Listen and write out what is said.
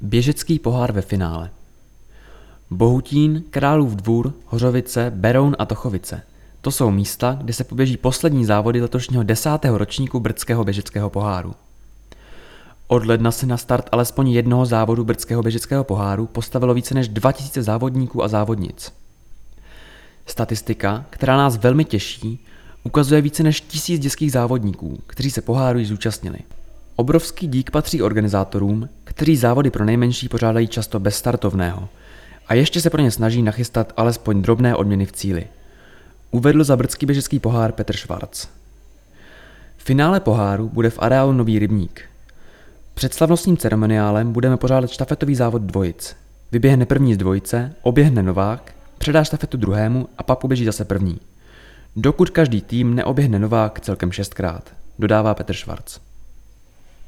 Běžecký pohár ve finále. Bohutín, Králův Dvůr, Hořovice, Beroun a Tochovice. To jsou místa, kde se poběží poslední závody letošního 10. ročníku Brdského běžeckého poháru. Od ledna se na start alespoň jednoho závodu Brdského běžeckého poháru postavilo více než 2000 závodníků a závodnic. Statistika, která nás velmi těší, ukazuje více než 1000 dětských závodníků, kteří se poháru již zúčastnili. Obrovský dík patří organizátorům, kteří závody pro nejmenší pořádají často bez startovného a ještě se pro ně snaží nachystat alespoň drobné odměny v cíli. Uvedl za Brdský běžecký pohár Petr Švarc. V finále poháru bude v areálu Nový Rybník. Před slavnostním ceremoniálem budeme pořádat štafetový závod dvojic. Vyběhne první z dvojice, oběhne novák, předá štafetu druhému a pak poběží zase první. Dokud každý tým neoběhne novák celkem 6krát, dodává Petr Švarc.